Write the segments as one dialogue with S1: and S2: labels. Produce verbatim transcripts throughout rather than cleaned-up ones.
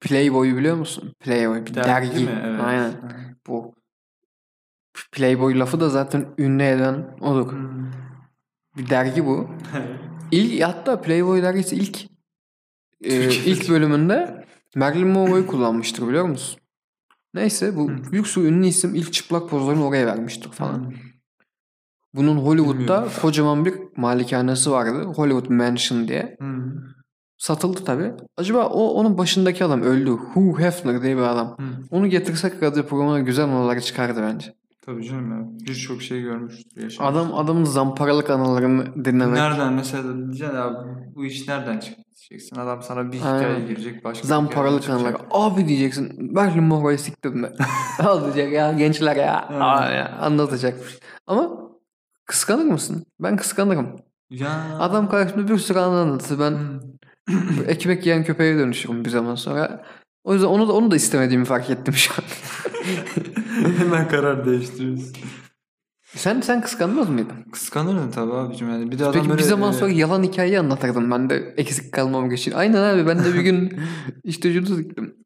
S1: Playboy'u biliyor musun? Playboy bir dergi.
S2: Dergi mi? Evet.
S1: Aynen. Bu Playboy lafı da zaten ünlü eden odur.
S2: Hmm.
S1: Bir dergi bu. İlk hatta Playboy dergisi ilk e, ilk bölümünde Marilyn Monroe'yu kullanmıştır biliyor musun? Neyse bu
S2: Hmm.
S1: büyük su ünlü isim ilk çıplak pozlarını oraya vermiştir falan.
S2: Hmm.
S1: Bunun Hollywood'da
S2: Bilmiyorum.
S1: kocaman bir malikanesi vardı. Hollywood Mansion diye.
S2: Hmm.
S1: Satıldı tabii. Acaba o onun başındaki adam öldü. Hugh Hefner diye bir adam.
S2: Hmm.
S1: Onu getirsek radyo programına güzel anılar çıkardı bence.
S2: Tabii canım ya. Birçok şey görmüştür, yaşamıştır.
S1: Adam adamın zamparalık anılarını dinlemek.
S2: Nereden mesela diyeceksin abi bu iş nereden çıktı diyeceksin. Adam sana bir hikaye
S1: Aynen.
S2: girecek, başka
S1: Zamparalık
S2: hikaye
S1: anılar.
S2: çıkacak.
S1: Abi diyeceksin. Marilyn Monroe'yu siktim ben. Al diyecek ya gençler ya. Aa, ya. Anlatacakmış. Ama kıskanır mısın? Ben kıskanırım.
S2: Ya.
S1: Adam karşımda bir sürü anı anlatır. Ben
S2: Hmm.
S1: ekmek yiyen köpeğe dönüşürüm bir zaman sonra. O yüzden onu da onu da istemediğimi fark ettim şu an.
S2: Hemen karar değiştiriyorsun.
S1: Sen sen kıskanmaz mıydın?
S2: Kıskanırdın tabii abicim yani. Bir de adam
S1: Peki
S2: böyle,
S1: bir zaman
S2: e,
S1: sonra yalan hikayeyi anlatırdım ben de eksik kalmam için. Aynen abi ben de bir gün işte şunu diktim.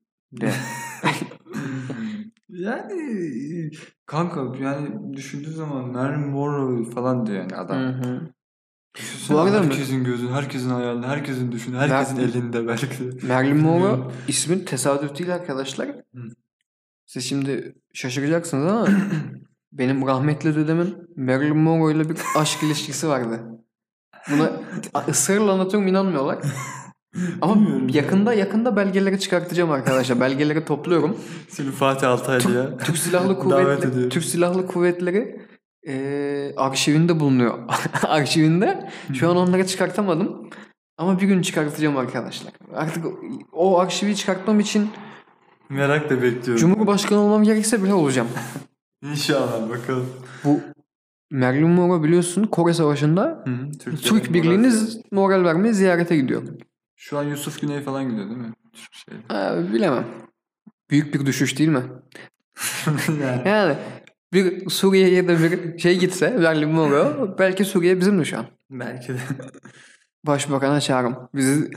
S2: yani kanka yani düşündüğün zaman Marilyn Monroe falan diyor yani adam.
S1: Hı hı.
S2: Düşünsene
S1: Bu arada
S2: herkesin gözü, herkesin hayalinde, herkesin düşünü, herkesin
S1: Mer-
S2: elinde belki de.
S1: Marilyn Monroe
S2: Bilmiyorum.
S1: ismin tesadüf değil arkadaşlar.
S2: Hı.
S1: Siz şimdi şaşıracaksınız ama benim rahmetli dedemin Marilyn Monroe ile bir aşk ilişkisi vardı. Buna ısrarla anlatıyorum inanmıyorlar. Ama
S2: Bilmiyorum
S1: yakında yakında belgeleri çıkartacağım arkadaşlar. Belgeleri topluyorum.
S2: Seni Fatih Altaylı'ya
S1: Türk Silahlı
S2: davet
S1: Kuvvetleri
S2: ediyorum.
S1: Türk Silahlı Kuvvetleri eee, arşivinde bulunuyor. Arşivinde. Şu an onları çıkartamadım. Ama bir gün çıkartacağım arkadaşlar. Artık o, o arşivi çıkartmam için
S2: Merakla bekliyorum.
S1: Cumhurbaşkanı olmam gerekse bile olacağım.
S2: İnşallah bakalım.
S1: Bu Marilyn Monroe biliyorsun Kore Savaşı'nda
S2: Hı hı, Türkiye'de
S1: Türk
S2: moral
S1: birliğini
S2: savaşı.
S1: moral vermeye ziyarete gidiyor.
S2: Şu an Yusuf Güney falan gidiyor değil mi? Türk şey.
S1: Ha, bilemem. Büyük bir düşüş değil mi?
S2: yani.
S1: Yani bir Suriye'ye de bir şey gitse Marilyn Monroe belki Suriye bizimdi şu an.
S2: Belki de.
S1: Başbakan'a çağırım. Bizi...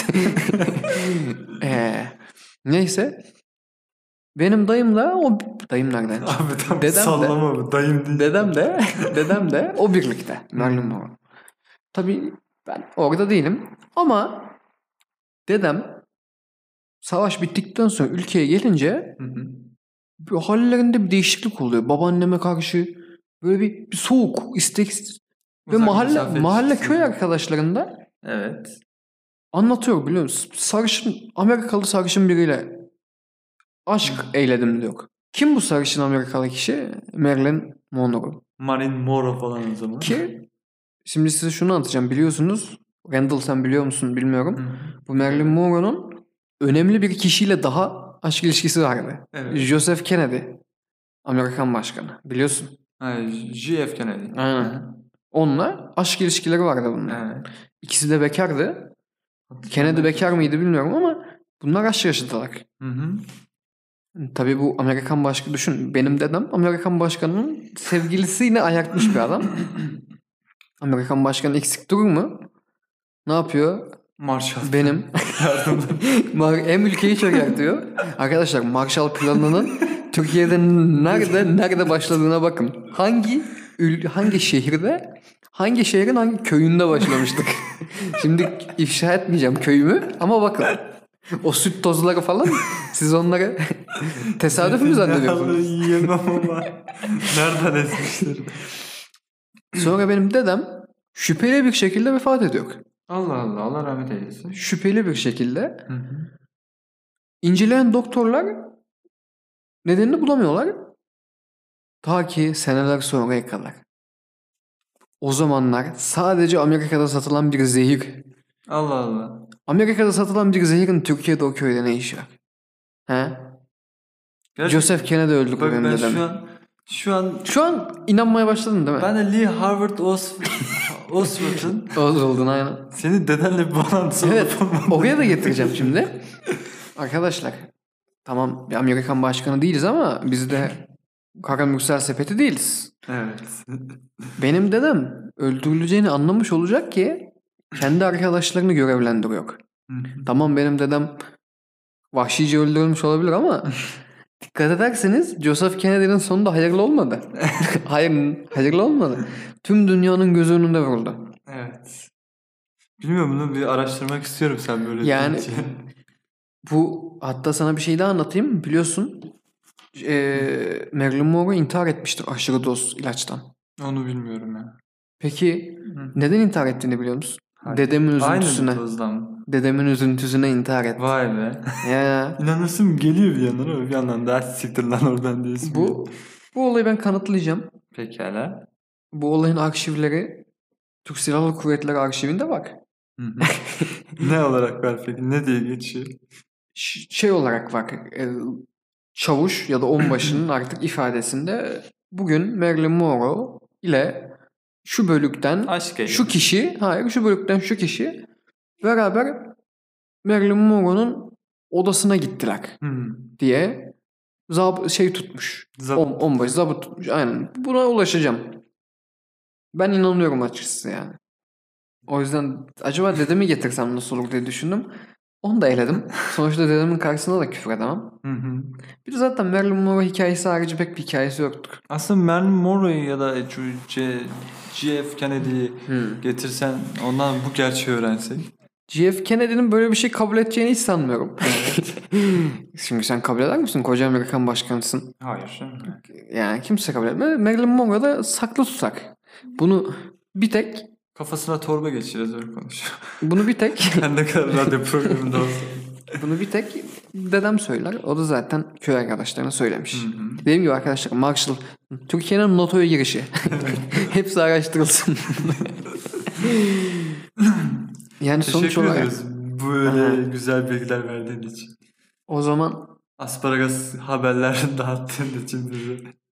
S1: ee, neyse. Benim dayım da o dayım nereden çıktı?
S2: Abi tam
S1: Dedem de-
S2: sallama bu dayım değil.
S1: Dedem de dedem de o birlikte Marilyn Monroe. Tabii ben orada değilim ama dedem savaş bittikten sonra ülkeye gelince
S2: Hı hı.
S1: bir hallerinde bir değişiklik oluyor. Babaanneme karşı böyle bir, bir soğuk, isteksiz ve
S2: Uzak
S1: mahalle
S2: mesafe
S1: mahalle
S2: ilişkisi.
S1: köy arkadaşlarında
S2: Evet.
S1: anlatıyor biliyor musun? Sarışın Amerikalı sarışın biriyle aşk eyledim diyor. Kim bu sarışın Amerikalı kişi? Marilyn Monroe.
S2: Marilyn Monroe falan o zaman.
S1: Ki şimdi size şunu anlatacağım biliyorsunuz. Randall sen biliyor musun bilmiyorum.
S2: Hı.
S1: Bu Marilyn Monroe'nun önemli bir kişiyle daha aşk ilişkisi vardı.
S2: Evet.
S1: Joseph Kennedy. Amerikan başkanı. Biliyorsun.
S2: Hayır, J F Kennedy.
S1: Aynen.
S2: Hı.
S1: Onunla aşk ilişkileri vardı bunlar.
S2: Evet.
S1: İkisi de bekardı. Kennedy bekar mıydı bilmiyorum ama bunlar aşk yaşadılar.
S2: Hı hı.
S1: Tabii bu Amerikan başkanı düşün. Benim dedem Amerikan başkanının sevgilisiyle ayakmış bir adam. Amerikan başkanı eksik durur mu? Ne yapıyor?
S2: Marshall.
S1: Benim
S2: Yardımcı.
S1: Mar- hem ülkeyi çökertiyor. Arkadaşlar Marshall Planı'nın Türkiye'de nerede nerede başladığına bakın. Hangi ül- hangi şehirde hangi şehrin hangi köyünde başlamıştık. Şimdi ifşa etmeyeceğim köyümü ama bakın. O süt tozları falan siz onları tesadüf mü zannediyorsunuz?
S2: Yiyemem ama. Nereden esmişler?
S1: Sonra benim dedem şüpheli bir şekilde vefat ediyor.
S2: Allah Allah. Allah rahmet eylesin.
S1: Şüpheli bir şekilde.
S2: Hı hı.
S1: İnceleyen doktorlar nedenini bulamıyorlar. Ta ki seneler sonraya kadar. O zamanlar sadece Amerika'da satılan bir zehir.
S2: Allah Allah.
S1: Amerika'da satılan bir zehirin Türkiye'de o köyde ne işi var? He?
S2: Gerçekten.
S1: Joseph Kennedy öldürdü
S2: Bak
S1: benim
S2: ben
S1: dedem.
S2: şu an şu an
S1: Şu an inanmaya başladın değil mi?
S2: ben de Lee Harvard Oswald Oswald'ın
S1: Oz oldun aynen.
S2: senin dedenle bir bağlantısı
S1: Evet.
S2: olup
S1: Oraya da getireceğim şimdi. Arkadaşlar tamam bir Amerikan başkanı değiliz ama biz de Kara Mürsel sepeti değiliz.
S2: Evet.
S1: Benim dedem öldürüleceğini anlamış olacak ki kendi arkadaşlarını görevlendiriyor.
S2: Hı hı.
S1: Tamam benim dedem vahşice öldürülmüş olabilir ama dikkat ederseniz Joseph Kennedy'nin sonu da hayırlı olmadı. Hayır, hayırlı olmadı. Tüm dünyanın gözü önünde vuruldu.
S2: Evet. Bilmiyorum, bunu bir araştırmak istiyorum sen böyle
S1: Yani
S2: deyince.
S1: bu hatta sana bir şey daha anlatayım. Biliyorsun eee Marilyn Monroe intihar etmiştir aşırı doz ilaçtan.
S2: Onu bilmiyorum ya.
S1: Peki
S2: Hı.
S1: neden intihar ettiğini biliyor musun?
S2: Hayır.
S1: Dedemin
S2: Aynı
S1: üzüntüsüne.
S2: dozdan mı?
S1: Dedemin üzüntüsüne intihar etti.
S2: Vay be.
S1: Ya
S2: İnanasım geliyor bir yandan ama bir yandan da siktir lan oradan diyorsun.
S1: bu bu olayı ben kanıtlayacağım.
S2: Pekala.
S1: Bu olayın arşivleri Türk Silahlı Kuvvetleri arşivinde var.
S2: Hı hı. Ne olarak var peki? Ne diye geçiyor?
S1: Ş- şey olarak var. e, Çavuş ya da onbaşının artık ifadesinde bugün Marilyn Monroe ile şu bölükten
S2: Aşk
S1: şu kişi, hayır şu bölükten şu kişi beraber Marilyn Monroe'nun odasına gittiler
S2: Hmm.
S1: diye zab şey tutmuş.
S2: Zap-
S1: On, onbaşı zabıt tutmuş. Aynen. Buna ulaşacağım. Ben inanıyorum açıkçası yani. O yüzden acaba dedemi getirsem nasıl olur diye düşündüm. Onu da eledim. Sonuçta dedemin karşısında da küfür edemem.
S2: Hı hı.
S1: Bir de zaten Marilyn Monroe hikayesi harici pek bir hikayesi yoktur.
S2: Aslında Marilyn Monroe'yu ya da şu C- J F Kennedy'yi
S1: Hmm.
S2: getirsen ondan bu gerçeği öğrensek.
S1: J F Kennedy'nin böyle bir şey kabul edeceğini hiç sanmıyorum. Şimdi sen kabul eder misin? Koca Amerikan başkanısın.
S2: Hayır canım.
S1: Yani kimse kabul etmez. Marilyn Monroe da saklı tutsak. Bunu bir tek
S2: Kafasına torba geçireceğiz öyle konuşuyor.
S1: bunu bir tek
S2: Ben ne kadar radyo programında olsa.
S1: bunu bir tek dedem söyler. O da zaten köy arkadaşlarına söylemiş.
S2: Hı hı.
S1: Dediğim gibi arkadaşlar Marshall Türkiye'nin NATO'ya girişi. Hepsi araştırılsın. Yani sonuç
S2: Teşekkür
S1: olarak
S2: ederiz böyle
S1: Aha.
S2: güzel bilgiler verdiğin için.
S1: o zaman
S2: Asparagas haberler dağıttığın için bize.